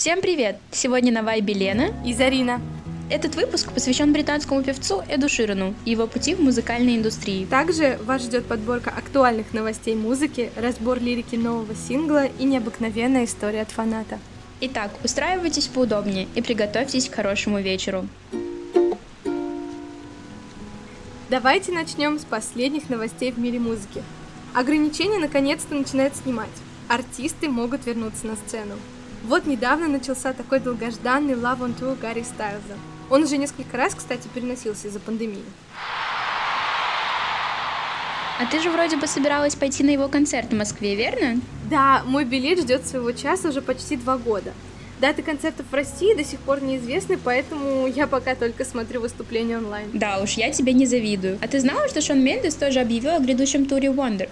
Всем привет! Сегодня на Вайбе Лена и Зарина. Этот выпуск посвящен британскому певцу Эду Ширану и его пути в музыкальной индустрии. Также вас ждет подборка актуальных новостей музыки, разбор лирики нового сингла и необыкновенная история от фаната. Итак, устраивайтесь поудобнее и приготовьтесь к хорошему вечеру. Давайте начнем с последних новостей в мире музыки. Ограничения наконец-то начинают снимать. Артисты могут вернуться на сцену. Вот недавно начался такой долгожданный Love on Tour Гарри Стайлза. Он уже несколько раз, кстати, переносился из-за пандемии. А ты же вроде бы собиралась пойти на его концерт в Москве, верно? Да, мой билет ждет своего часа уже почти 2 года. Даты концертов в России до сих пор неизвестны, поэтому я пока только смотрю выступления онлайн. Да уж, я тебе не завидую. А ты знала, что Шон Мендес тоже объявил о грядущем туре Wonder?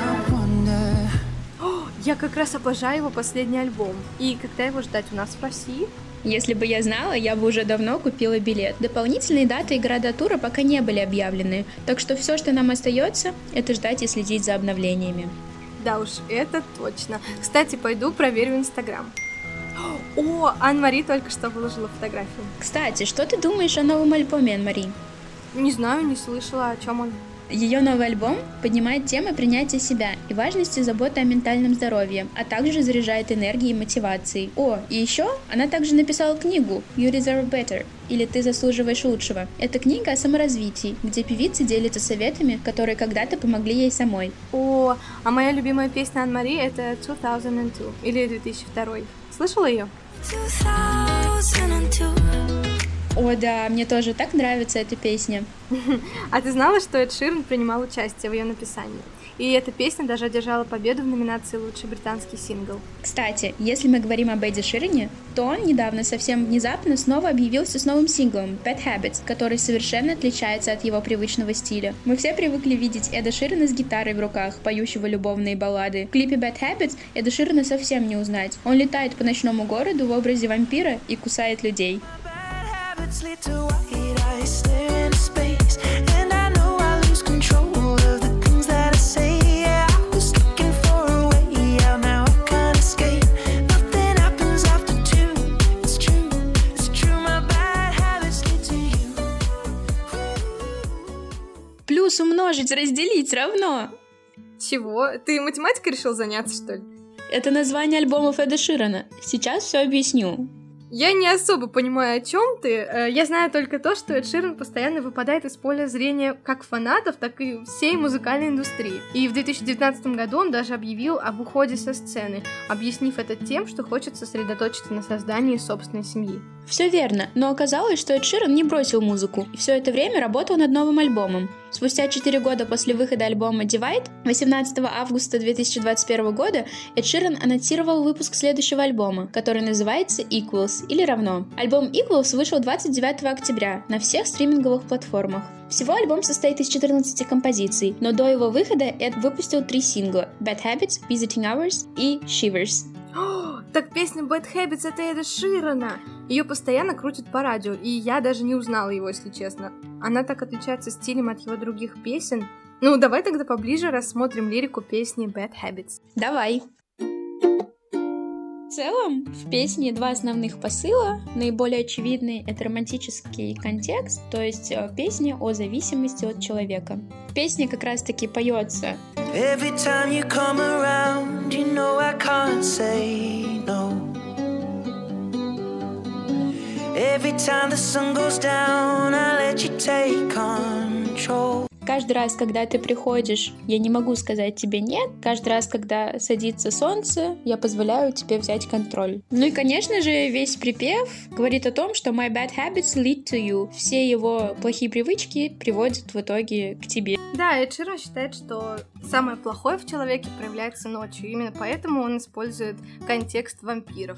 Я как раз обожаю его последний альбом. И когда его ждать у нас в России? Если бы я знала, я бы уже давно купила билет. Дополнительные даты и города тура пока не были объявлены, так что все, что нам остается, это ждать и следить за обновлениями. Да уж, это точно. Кстати, пойду проверю Инстаграм. О, Ан-Мари только что выложила фотографию. Кстати, что ты думаешь о новом альбоме Ан-Мари? Не знаю, не слышала, о чем он. Ее новый альбом поднимает темы принятия себя и важности заботы о ментальном здоровье, а также заряжает энергией и мотивацией. О, и еще она также написала книгу «You Deserve Better» или «Ты заслуживаешь лучшего». Это книга о саморазвитии, где певица делится советами, которые когда-то помогли ей самой. О, а моя любимая песня Ан-Мари — это 2002 или 2002. Слышала ее? 2002. О, да, мне тоже так нравится эта песня. А ты знала, что Эд Ширан принимал участие в ее написании? И эта песня даже одержала победу в номинации «Лучший британский сингл». Кстати, если мы говорим об Эдди Ширане, то он недавно совсем внезапно снова объявился с новым синглом «Bad Habits», который совершенно отличается от его привычного стиля. Мы все привыкли видеть Эда Ширана с гитарой в руках, поющего любовные баллады. В клипе «Bad Habits» Эда Ширана совсем не узнать. Он летает по ночному городу в образе вампира и кусает людей. Плюс умножить, разделить равно. Чего? Ты математикой решил заняться, что ли? Это название альбомов Эда Ширана. Сейчас все объясню. Я не особо понимаю, о чем ты. Я знаю только то, что Эд Ширан постоянно выпадает из поля зрения как фанатов, так и всей музыкальной индустрии. И в 2019 году он даже объявил об уходе со сцены, объяснив это тем, что хочет сосредоточиться на создании собственной семьи. Все верно, но оказалось, что Эд Ширан не бросил музыку и все это время работал над новым альбомом. Спустя 4 года после выхода альбома Divide, 18 августа 2021 года, Эд Ширан анонсировал выпуск следующего альбома, который называется Equals, или равно. Альбом Equals вышел 29 октября на всех стриминговых платформах. Всего альбом состоит из 14 композиций, но до его выхода Эд выпустил 3 сингла: Bad Habits, Visiting Hours и Shivers. Так песня Bad Habits — это Эда Ширана. Ее постоянно крутят по радио, и я даже не узнала его, если честно. Она так отличается стилем от его других песен. Ну, давай тогда поближе рассмотрим лирику песни Bad Habits. Давай. В целом, в песне 2 основных посыла. Наиболее очевидный — это романтический контекст, то есть песня о зависимости от человека. В песне как раз-таки поется: Every time you come around, you know I can't say no. Every time the sun goes down, I let you take control. Каждый раз, когда ты приходишь, я не могу сказать тебе нет. Каждый раз, когда садится солнце, я позволяю тебе взять контроль. Ну и, конечно же, весь припев говорит о том, что my bad habits lead to you. Все его плохие привычки приводят в итоге к тебе. Да, Эд Ширан считает, что самое плохое в человеке проявляется ночью. Именно поэтому он использует контекст вампиров.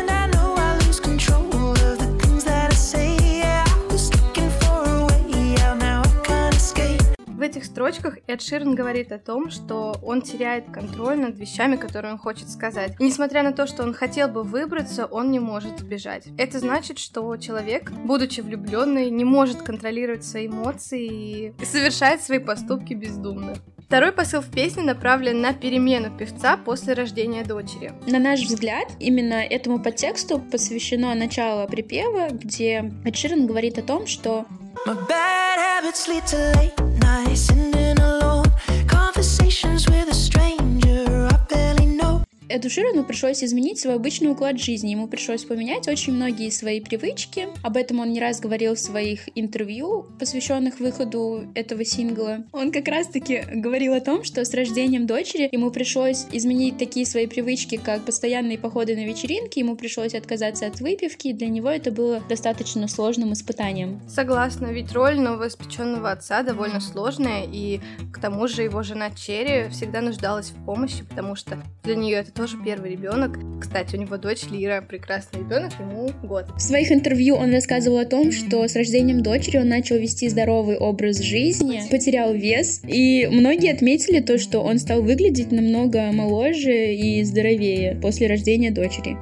В этих строчках Эд Ширан говорит о том, что он теряет контроль над вещами, которые он хочет сказать. И несмотря на то, что он хотел бы выбраться, он не может сбежать. Это значит, что человек, будучи влюбленный, не может контролировать свои эмоции и совершает свои поступки бездумно. Второй посыл в песне направлен на перемену певца после рождения дочери. На наш взгляд, именно этому подтексту посвящено начало припева, где Эд Ширан говорит о том, что Эду Ширану пришлось изменить свой обычный уклад жизни, ему пришлось поменять очень многие свои привычки. Об этом он не раз говорил в своих интервью, посвященных выходу этого сингла. Он как раз-таки говорил о том, что с рождением дочери ему пришлось изменить такие свои привычки, как постоянные походы на вечеринки, ему пришлось отказаться от выпивки, и для него это было достаточно сложным испытанием. Согласна, ведь роль новоиспеченного отца довольно сложная, и к тому же его жена Черри всегда нуждалась в помощи, потому что для нее это тоже первый ребенок. Кстати, у него дочь Лира, прекрасный ребенок, ему год. В своих интервью он рассказывал о том, что с рождением дочери он начал вести здоровый образ жизни, потерял вес, и многие отметили то, что он стал выглядеть намного моложе и здоровее после рождения дочери.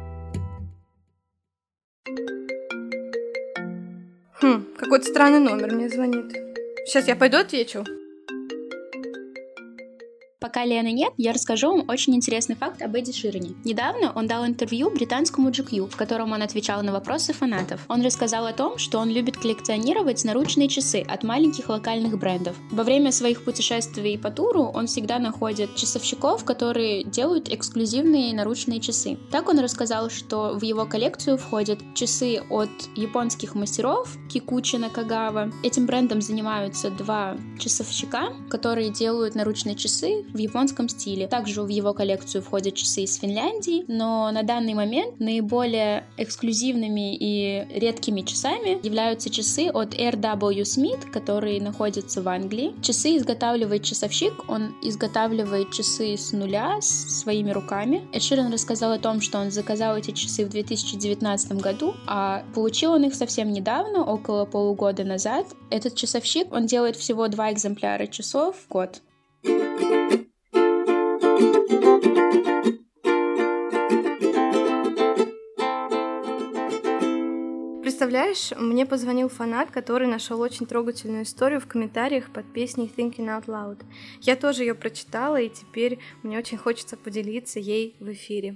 Какой-то странный номер мне звонит. Сейчас я пойду отвечу. Пока Лены нет, я расскажу вам очень интересный факт об Эде Ширане. Недавно он дал интервью британскому GQ, в котором он отвечал на вопросы фанатов. Он рассказал о том, что он любит коллекционировать наручные часы от маленьких локальных брендов. Во время своих путешествий по туру он всегда находит часовщиков, которые делают эксклюзивные наручные часы. Так он рассказал, что в его коллекцию входят часы от японских мастеров Кикучи Накагава. Этим брендом занимаются 2 часовщика, которые делают наручные часы в японском стиле. Также в его коллекцию входят часы из Финляндии, но на данный момент наиболее эксклюзивными и редкими часами являются часы от R.W. Smith, которые находятся в Англии. Часы изготавливает часовщик, он изготавливает часы с нуля, своими руками. Эд Ширан рассказал о том, что он заказал эти часы в 2019 году, а получил он их совсем недавно, около полугода назад. Этот часовщик, он делает всего 2 экземпляра часов в год. Представляешь, мне позвонил фанат, который нашел очень трогательную историю в комментариях под песней Thinking Out Loud. Я тоже ее прочитала, и теперь мне очень хочется поделиться ей в эфире.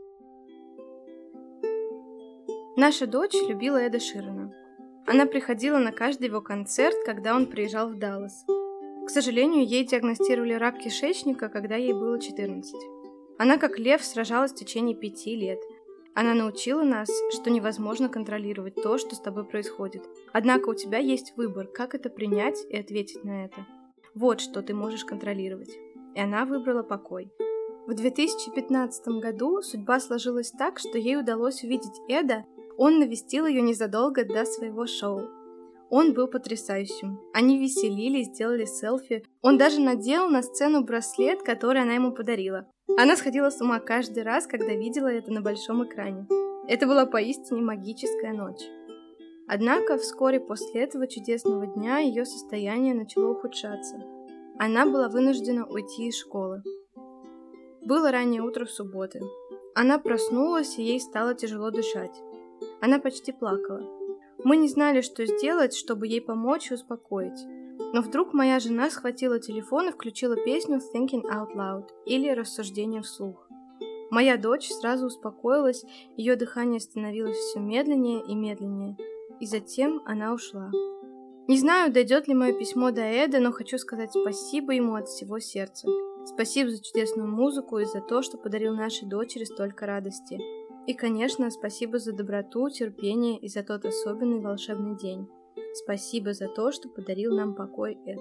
Наша дочь любила Эда Ширана. Она приходила на каждый его концерт, когда он приезжал в Даллас. К сожалению, ей диагностировали рак кишечника, когда ей было 14. Она как лев сражалась в течение 5 лет. Она научила нас, что невозможно контролировать то, что с тобой происходит. Однако у тебя есть выбор, как это принять и ответить на это. Вот что ты можешь контролировать. И она выбрала покой. В 2015 году судьба сложилась так, что ей удалось увидеть Эда. Он навестил ее незадолго до своего шоу. Он был потрясающим. Они веселились, делали селфи. Он даже надел на сцену браслет, который она ему подарила. Она сходила с ума каждый раз, когда видела это на большом экране. Это была поистине магическая ночь. Однако вскоре после этого чудесного дня ее состояние начало ухудшаться. Она была вынуждена уйти из школы. Было раннее утро в субботу. Она проснулась, и ей стало тяжело дышать. Она почти плакала. Мы не знали, что сделать, чтобы ей помочь и успокоить. Но вдруг моя жена схватила телефон и включила песню Thinking Out Loud, или рассуждение вслух. Моя дочь сразу успокоилась, ее дыхание становилось все медленнее и медленнее, и затем она ушла. Не знаю, дойдет ли мое письмо до Эда, но хочу сказать спасибо ему от всего сердца. Спасибо за чудесную музыку и за то, что подарил нашей дочери столько радости. И, конечно, спасибо за доброту, терпение и за тот особенный волшебный день. Спасибо за то, что подарил нам покой, Эд.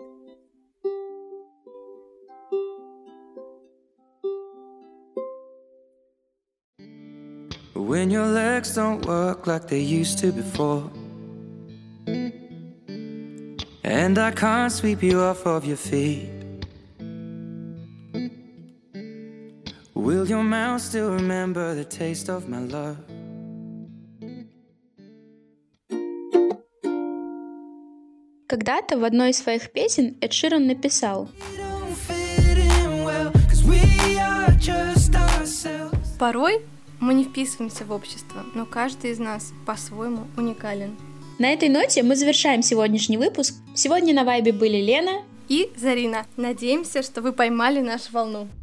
When your legs don't work like they used to before, and I can't sweep you off of your feet, will your mouth still remember the taste of my love? Когда-то в одной из своих песен Эд Ширан написал: «Порой мы не вписываемся в общество, но каждый из нас по-своему уникален». На этой ноте мы завершаем сегодняшний выпуск. Сегодня на вайбе были Лена и Зарина. Надеемся, что вы поймали нашу волну.